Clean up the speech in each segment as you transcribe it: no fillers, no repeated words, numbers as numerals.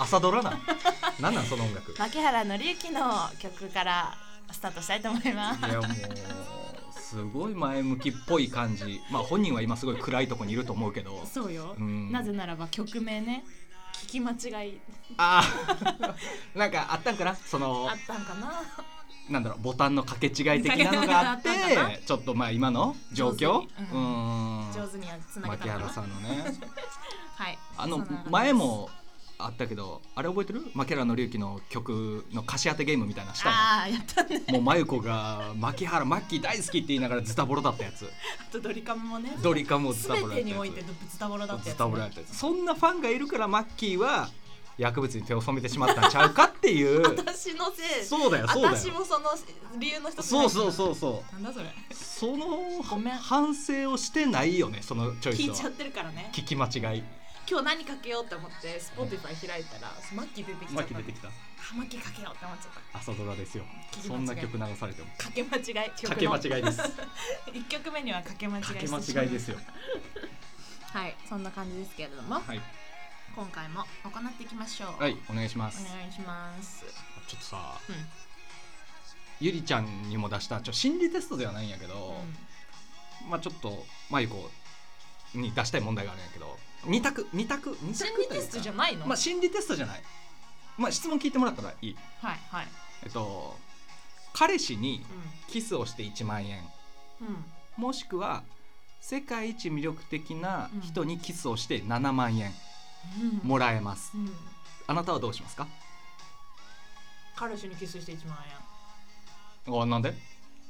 朝ドラなんなんその音楽。 牧原紀之の曲からスタートしたいと思います。 いやもうすごい前向きっぽい感じ。まあ本人は今すごい暗いとこにいると思うけど。 そうよ、 うん、 なぜならば曲名ね、聞き間違いなんかあったんかな、そのあったんかな、 なんだろう、ボタンの掛け違い的なのがあってちょっとまあ今の状況上手につなげた牧原さんのねはい前もあったけど、あれ覚えてる？牧原紀之の曲の歌詞当てゲームみたいなしたの。 ああやったね。 もう真由子がマッキー大好きって言いながらズタボロだったやつ。 あとドリカムもね、 ドリカムもズタボロだったやつ。 全てにおいてズタボロだったやつ、ね、 ズタボロだったやつ。そんなファンがいるからマッキーは薬物に手を染めてしまったんちゃうかっていう私のせい。 そうだよ私もその理由の一つ。 そうなんだそれ。 その反省をしてないよね、そのチョイスは。 聞いちゃってるからね。 聞き間違い。 今日何かけようって思って Spotify 開いたらマッキー出てきちゃった。 マッキー出てきた。 マッキーかけようって思っちゃった。 朝ドラですよ。そんな曲流されてもかけ間違い。 かけ間違いです 1曲目にはかけ間違いしてしまう。 かけ間違いですよはい、そんな感じですけれども、 はい、 今回も行っていきましょう。 はい、お願いします。 お願いします。 ちょっとさ、ゆりちゃんにも出した心理テストではないんやけど、まあちょっとまゆこに出したい問題があるんやけど、2択心理テストじゃないの？ まあ心理テストじゃない。まあ質問聞いてもらったらいい。 はいはい。 彼氏にキスをして1万円、もしくは世界一魅力的な人にキスをして7万円もらえます、あなたはどうしますか？ 彼氏にキスして1万円。 なんで？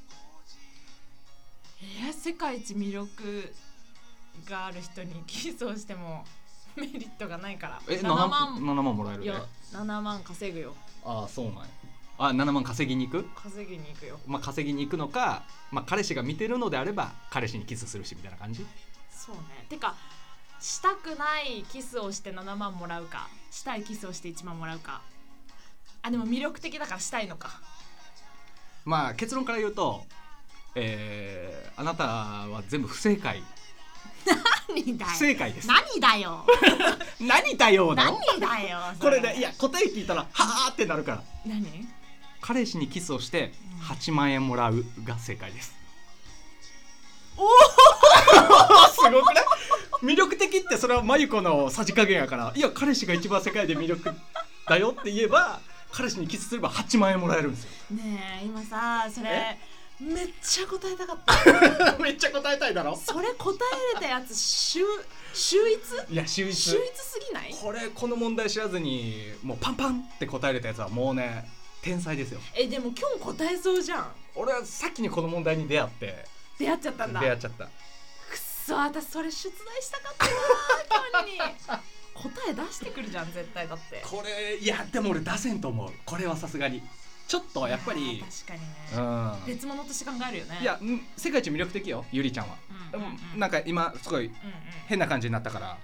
世界一魅力がある人にキスをしてもメリットがないから。 7万もらえるね。 いや7万稼ぐよ。 ああそうなんや。7万稼ぎに行く？ 稼ぎに行くよ。 まあ稼ぎに行くのか、まあ彼氏が見てるのであれば彼氏にキスするしみたいな感じ？ そうね。てかしたくないキスをして7万もらうか、したいキスをして1万もらうか。でも魅力的だからしたいのか。 まあ結論から言うと、あなたは全部不正解。 何だよ。 不正解です。 何だよ。 何だよ。 何だよ。 これでいや答え聞いたらはーってなるから。 何？ 彼氏にキスをして8万円もらうが正解です。 おおすごくない？魅力的ってそれは真由子のさじ加減やから、いや彼氏が一番世界で魅力だよって言えば彼氏にキスすれば8万円もらえるんですよ。 ねえ今さそれめっちゃ答えたかっためっちゃ答えたいだろ。 それ答えれたやつ秀逸？ いや秀逸すぎない？ この問題知らずにもうパンパンって答えれたやつはもうね天才ですよ。 でも今日答えそうじゃん。 俺はさっきにこの問題に出会っちゃった。くっそ私それ出題したかったな今日に答え出してくるじゃん絶対。だってこれいやでも俺出せんと思う。これはさすがにちょっとやっぱり確かにね、別物として考えるよね。 いや世界一魅力的よゆりちゃんは、なんか今すごい変な感じになったから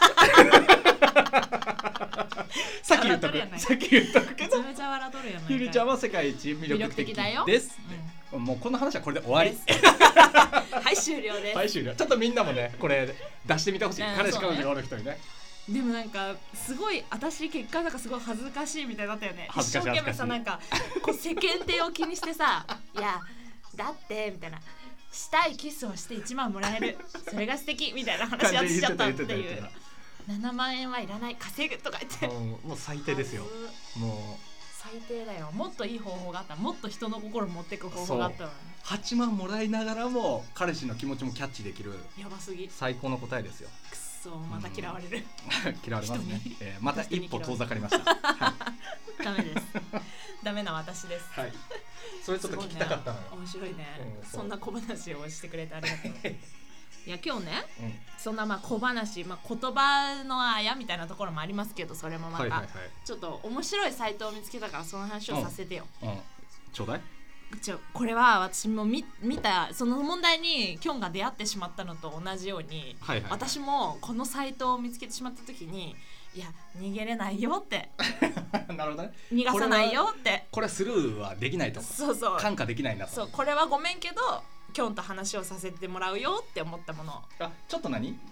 さっき言っとくけどめちゃ笑とるやん。 ゆりちゃんは世界一魅力的です。もうこの話はこれで終わりはい終了です。 はい終了。ちょっとみんなもねこれ出してみてほしい。彼氏彼女がおる人にね。 でもなんかすごい私結果なんかすごい恥ずかしいみたいだったよね。 一生懸命さなんかこう世間体を気にしてさいやだってみたいなしたいキスをして1万もらえるそれが素敵みたいな話をしちゃったっていう7万円はいらない稼ぐとか言ってもう最低ですよ。もう最低だよ。もっといい方法があった。もっと人の心を持っていく方法があったのに。 8万もらいながらも彼氏の気持ちもキャッチできるやばすぎ最高の答えですよ。 くっそまた嫌われる嫌われますね。また一歩遠ざかりました。 ダメですダメな私です。 はい、それちょっと聞きたかったのよ。 面白いね、そんな小話をしてくれてありがとういや今日ね、そんなまあ小話、言葉のあやみたいなところもありますけど、それもまた、ちょっと面白いサイトを見つけたからその話をさせてよ。 ちょうだい。 これは私も見たその問題にキョンが出会ってしまったのと同じように、私もこのサイトを見つけてしまった時にいや逃げれないよってなるほどね。 逃がさないよって。 これはスルーはできないと。 そう感化できないなと。 そうこれはごめんけどキョンと話をさせてもらうよって思ったもの。 ちょっと何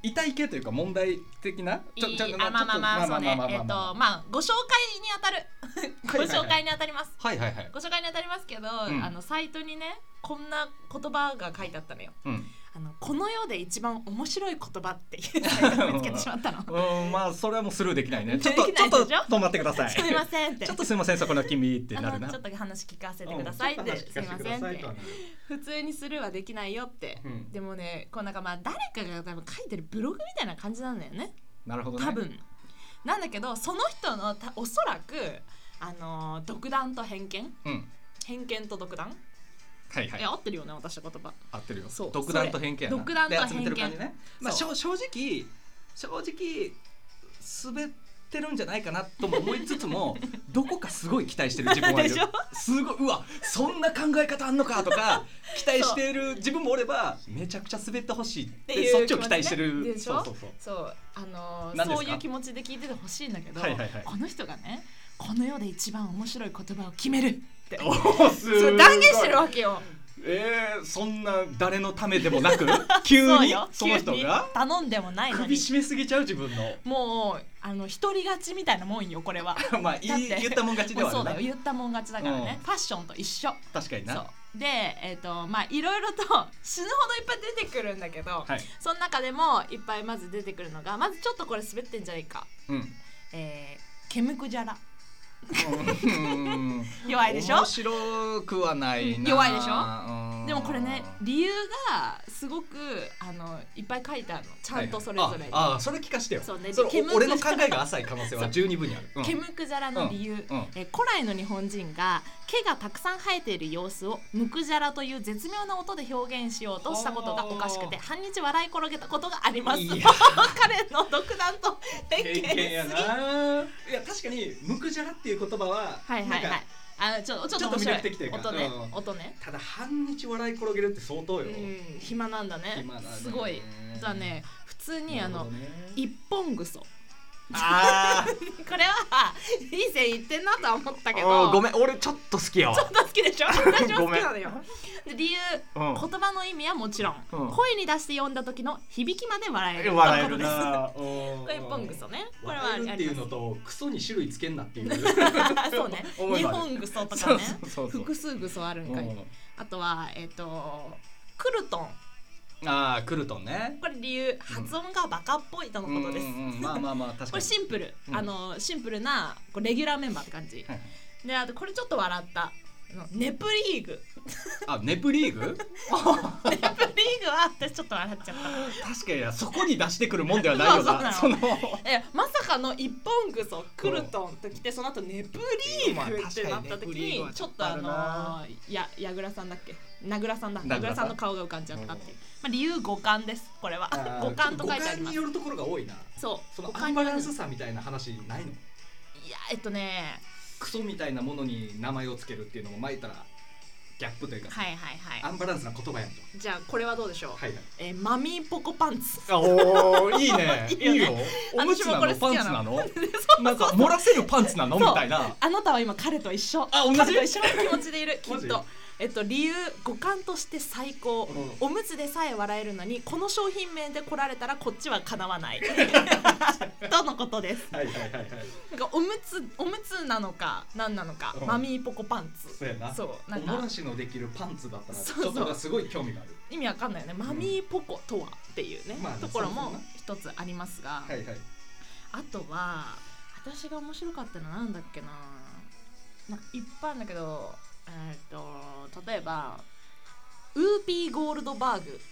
痛い系というか問題的なまあそうねまあご紹介に当たるご紹介に当たりますご紹介に当たりますけど、サイトにねこんな言葉が書いてあったのよ、この世で一番面白い言葉っていうサイトを見つけてしまったのまあそれはもうスルーできないねちょっと止まってくださいすみませんってちょっとすみませんそこの君ってなるなちょっと話聞かせてくださいってすみませんって普通にスルーはできないよって、でもねこうなんかまあ誰かが多分書いてるブログみたいな感じなんだよね。 なるほどね。 多分なんだけどその人のおそらく独断と偏見、偏見と独断合ってるよね私の言葉。 合ってるよ。独断と偏見。独断と偏見。まあ正直滑ってるんじゃないかなとも思いつつもどこかすごい期待してる自分はいる。すごいうわそんな考え方あんのかとか期待している自分もおればめちゃくちゃ滑ってほしいってそっちを期待してる。 でしょ。そうそういう気持ちで聞いててほしいんだけど、この人がねこの世で一番面白い言葉を決めるってそう断言してるわけよ。 そんな誰のためでもなく急にその人が頼んでもないのに首絞めすぎちゃう自分のもう一人勝ちみたいなもんよこれはまあ言ったもん勝ちではあるな。 そうだよ言ったもん勝ちだからね、ファッションと一緒。 確かにな。 そうでまあいろいろと死ぬほどいっぱい出てくるんだけど、その中でもいっぱいまず出てくるのがまずちょっとこれ滑ってんじゃないか、ケムクジャラ弱いでしょ。 面白くはないな。 弱いでしょ。でもこれね理由がすごくいっぱい書いてあるのちゃんとそれぞれに。 それ聞かしてよ。 そうね、 俺の考えが浅い可能性は十二分にある。 ケムクジャラの理由、古来の日本人が毛がたくさん生えている様子をムクジャラという絶妙な音で表現しようとしたことがおかしくて半日笑い転げたことがあります。彼の独断と偏見やな。 いや確かにムクジャラっていう言葉はちょっと面白い音ね。 ただ半日笑い転げるって相当よ。 暇なんだね。すごい。だね普通に一本ぐそ。これはいい線いってんなとは思ったけど。 ごめん俺ちょっと好きよ。 ちょっと好きでしょ。私も好きなのよ。理由言葉の意味はもちろん声に出して読んだ時の響きまで笑える。 笑えるな。 一本ぐそね。これは笑えるっていうのとクソに種類つけんなっていう。 そうね。日本ぐそとかね。複数ぐそあるんかい。あとはクルトン。 クルトンね。 これ理由発音がバカっぽいとのことです。 まあ確かに。 これシンプルシンプルなレギュラーメンバーって感じ。であとこれちょっと笑ったネプリーグ。 ネプリーグ？ネプリーグは私ちょっと笑っちゃった。 確かにそこに出してくるもんではないよな。 まさかの一本ぐそクルトンときてその後ネプリーグってなった時にちょっと矢倉さんだっけ？名倉さんの顔が浮かんじゃったっていう。理由五感です。これは五感と書いてあります。 五感によるところが多いな。 そう。 そのアンバランスさみたいな話ないの？いやクソみたいなものに名前をつけるっていうのも前言ったらギャップというか、アンバランスな言葉やんと。 じゃあこれはどうでしょう。マミーポコパンツ。 いいね。いいよ。おむつなのパンツなの？なんか漏らせるパンツなのみたいな。 あなたは今彼と一緒。 同じ。 彼と一緒の気持ちでいるきっと。理由五感として最高、おむつでさえ笑えるのにこの商品名で来られたらこっちはかなわないとのことです。なんかおむつなのか何なのか、マミーポコパンツ。 そうなんかおもらしのできるパンツだったらちょっとすごい興味がある。 意味わかんないよね。マミーポコとはっていうね、ところも一つありますが、あとは私が面白かったのはなんだっけな、なんかいっぱいあるんだけど。例えばウーピーゴールドバーグ。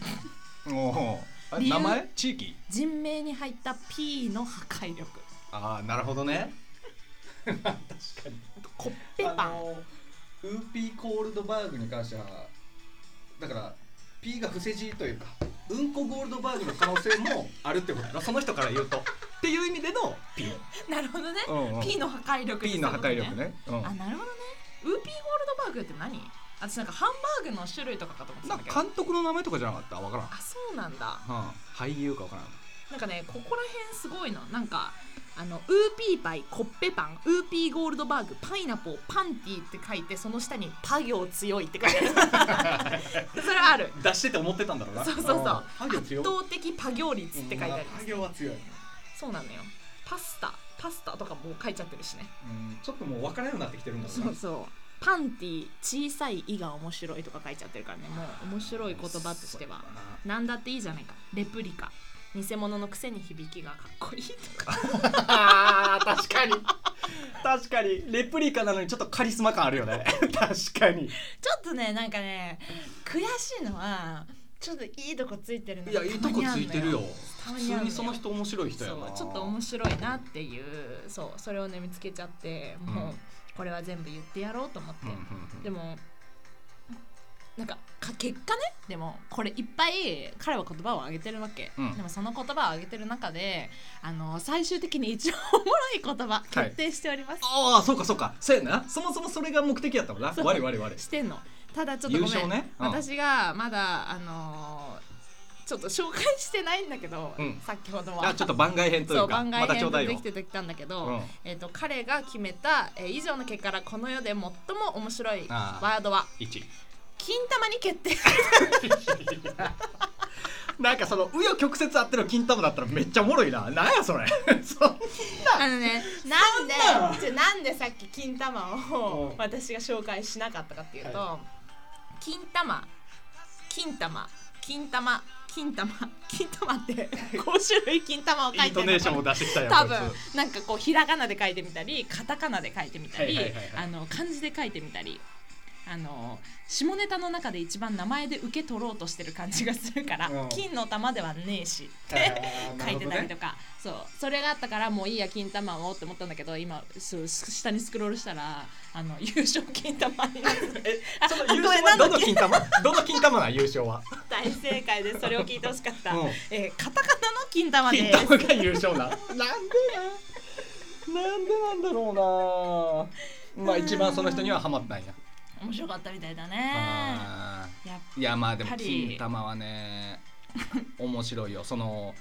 名前？地域？ 人名に入った P の破壊力。 なるほどね。確かに。 コッペパン。 ウーピーゴールドバーグに関してはだから P が伏せ字というかうんこゴールドバーグの可能性もあるってことだ。その人から言うとっていう意味での P。 なるほどね。P の破壊力。 P の破壊力ね。 なるほどね。ウーピーゴールドバーグって何？私なんかハンバーグの種類とかかと思ってたんだけど。 監督の名前とかじゃなかった？わからん。 そうなんだ。 俳優かわからん。 なんかねここら辺すごいの。なんかウーピーパイ、コッペパン、ウーピーゴールドバーグ、パイナポー、パンティーって書いてその下にパ行強いって書いてある。それある出してて思ってたんだろうな。 そうそうそう、 パ行強い。 圧倒的パ行率って書いてあります。 パ行は強い。 そうなのよ。パスタとかも書いちゃってるしね。 ちょっともう分からんようになってきてるんだろうな。 そうそう。パンティ小さい「い」が面白いとか書いちゃってるからね。もう面白い言葉としてはなんだっていいじゃないか。レプリカ、偽物のくせに響きがかっこいいとか確かにレプリカなのにちょっとカリスマ感あるよね確かにちょっとね、なんかね、悔しいのはちょっといいとこついてるの。 いや、いいとこついてるよ。普通にその人面白い人やな。 そう、ちょっと面白いなっていう、それをね見つけちゃって、もうこれは全部言ってやろうと思って、でもなんか結果ね、でもこれいっぱい彼は言葉を上げてるわけ、でもその言葉を上げてる中で最終的に一番おもろい言葉決定しております。 ああ、そうかそうやな。そもそもそれが目的やったもんな。我々 してんの。ただちょっとごめん、ね、私がまだちょっと紹介してないんだけど、先ほどはちょっと番外編というか、 番外編でできてきたんだけど、彼が決めた、以上の結果からこの世で最も面白いワードは 1、 金玉に決定なんかその紆余曲折あっての金玉だったらめっちゃおもろいな。なんやそれそんななんでさっき金玉を私が紹介しなかったかっていうと、金玉って5種類金玉を書いてるの。 イントネーションを出してきたよ。 多分なんかこうひらがなで書いてみたり、カタカナで書いてみたり、漢字で書いてみたり、下ネタの中で一番名前で受け取ろうとしてる感じがするから、金の玉ではねえしって書いてたりとか、それがあったからもういいや金玉をって思ったんだけど、今下にスクロールしたら優勝金玉になってその優勝はどの金玉な優勝は大正解で、それを聞いてほしかった、カタカナの金玉です。 金玉が優勝なんでなんだろうな。まあ一番その人にはハマったんや。 面白かったみたいだね。 いや、まあでも金玉はね面白いよ。その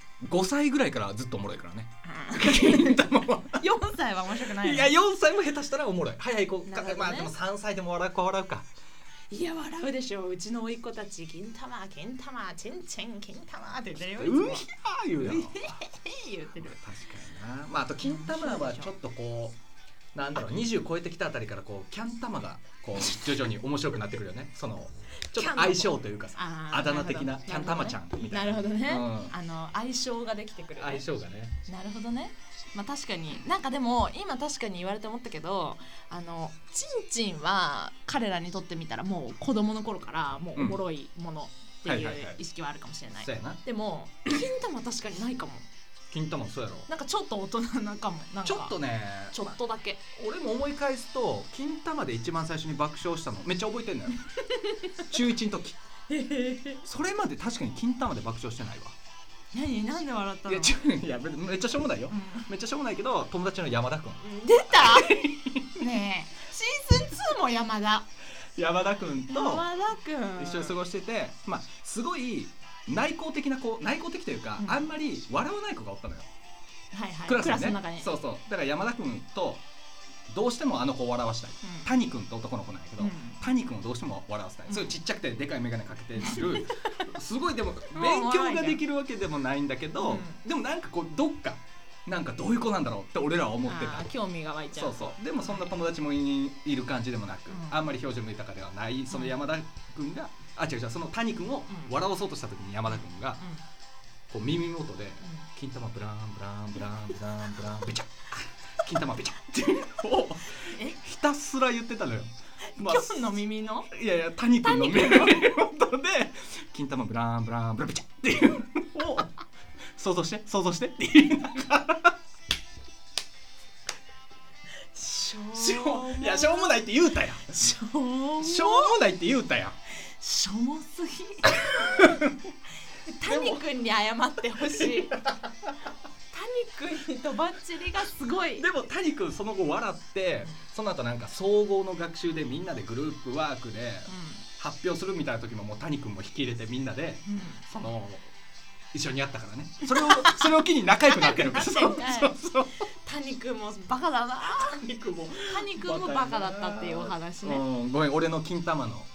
5歳ぐらいからずっとおもろいからね。金玉は 4歳は面白くない。 いや、4歳も下手したらおもろい。早い子か、まあでも3歳でも笑うか。 いや、笑うでしょ。うちの甥っ子たち金玉チェンチェン金玉って言ってるよ。 言うやろ言ってる。 確かにな。まああと金玉はちょっとこうなんだろう、20超えてきたあたりからこうキャン玉がこう徐々に面白くなってくるよね。そのちょっと相性というかさ、あだ名的なキャン玉ちゃんみたいな。 なるほどね。相性ができてくる。 相性がね。 なるほどね。まあ確かになんかでも今確かに言われて思ったけど、チンチンは彼らにとってみたらもう子供の頃からもうおもろいものっていう意識はあるかもしれない。でも金玉確かにないかも。 金玉そうやろ。 なんかちょっと大人なんかも。なんかちょっとね、 ちょっとだけ。 俺も思い返すと金玉で一番最初に爆笑したのめっちゃ覚えてんのよ中1の時それまで確かに金玉で爆笑してないわ。 なんで笑ったの？ いやめっちゃしょうもないよ、めっちゃしょうもないけど、友達の山田くん出たねえ、シーズン2も山田くんと一緒に過ごしてて、まあすごい内向的な子、内向的というか、あんまり笑わない子がおったのよ。クラスの中に。そうだから山田くんとどうしてもあの子を笑わしたい、谷くんって男の子なんやけど、谷くんをどうしても笑わせたい、そういうちっちゃくてでかい眼鏡かけてるすごい、でも勉強ができるわけでもないんだけど、でもなんかこうどっかなんかどういう子なんだろうって俺らは思ってた。 興味が湧いちゃう。 でもそんな友達もいる感じでもなく、あんまり表情も豊かではないその山田くんが、その谷くんを笑わそうとした時に山田くんがこう耳元で金玉ブランブランブランブランブランベチャ金玉ベチャっていうのをひたすら言ってたのよ。 今日の耳のいや谷くんの耳元で金玉ブランブランブランベチャっていうのを想像してって言いながらしょうもないって言うたやん。しょうもないって言うたやん。 しょもすぎ谷くんに謝ってほしい。谷くんにとばっちりがすごい。 でも谷くんその後笑って、その後なんか総合の学習でみんなでグループワークで発表するみたいな時ももう谷くんも引き入れてみんなでその一緒にやったからね。それを機に仲良くなってるから。そう谷くんもバカだな。谷くんもバカだったっていうお話ね。 ごめん、俺の金玉の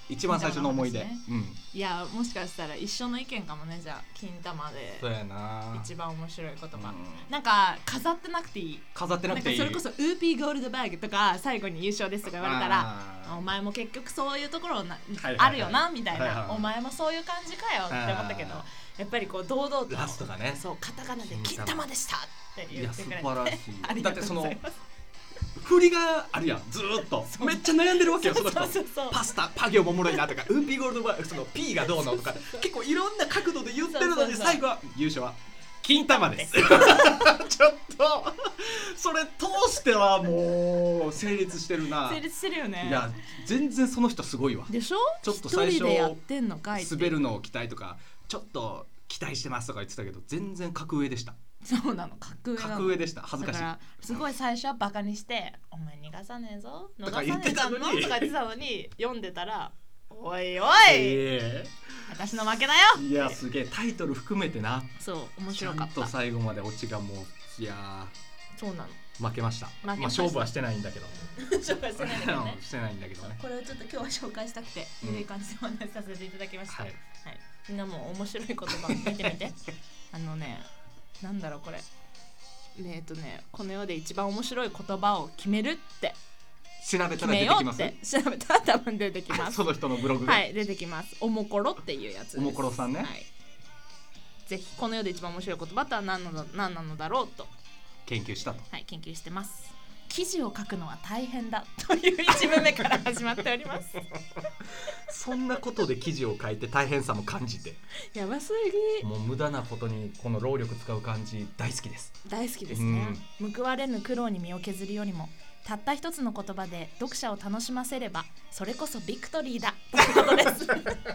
一番最初の思い出、ね、 いやもしかしたら一緒の意見かもね。じゃあ金玉でそうやな一番面白い言葉、なんか飾ってなくていい。 飾ってなくていい。 なんかそれこそウーピーゴールドバーグとか最後に優勝ですとか言われたら、お前も結局そういうところあるよなみたいな、お前もそういう感じかよって思ったけど、やっぱりこう堂々とラストがね、 そうカタカナで金玉でしたって言ってくれて、 いや素晴らしいだってその振りがあるやん、ずーっとめっちゃ悩んでるわけよ、その人。パスタパ行もおもろいなとか、ウーピーゴールドバーグその P がどうのとか結構いろんな角度で言ってるのに、最後は優勝は金玉ですちょっとそれ通してはもう成立してるな。 成立してるよね。 いや全然その人すごいわ。 でしょ。 ちょっと最初やってんのかい滑るのを期待とかちょっと期待してますとか言ってたけど、全然格上でした。 そうなの、格上でした。恥ずかしい。だからすごい最初はバカにしてお前逃がさねえぞ逃がさねえぞとか言ってたのに読んでたらおいおい、私の負けだよ。 いやすげえ、タイトル含めてな。 そう面白かった。 ちゃんと最後までオチがもう、いやそうなの、 負けました。まあ勝負はしてないんだけど勝負はしてないんだけどねしてないんだけどね。これをちょっと今日は紹介したくていい感じでお話しさせていただきました。はい、みんなも面白い言葉見てみてなんだろうこれこの世で一番面白い言葉を決めるって調べたら出てきます。 調べたら多分出てきますその人のブログはい出てきます。おもころっていうやつです。 おもころさんね、はい、 ぜひこの世で一番面白い言葉とは何なのだろうと研究したと。 はい研究してます。記事を書くのは大変だという一文目から始まっておりますそんなことで記事を書いて大変さも感じて、 やばすぎ。 もう無駄なことにこの労力使う感じ大好きです。 大好きですね、報われぬ苦労に身を削るよりもたった一つの言葉で読者を楽しませればそれこそビクトリーだということです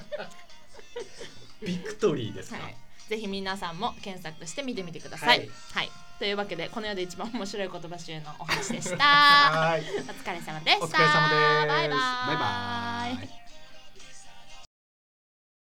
ビクトリーですか、 はい、ぜひ皆さんも検索して見てみてください。はい、はい、というわけでこの世で一番面白い言葉集のお話でした。お疲れ様でした。 お疲れ様です。 バイバイ。 バイバイ。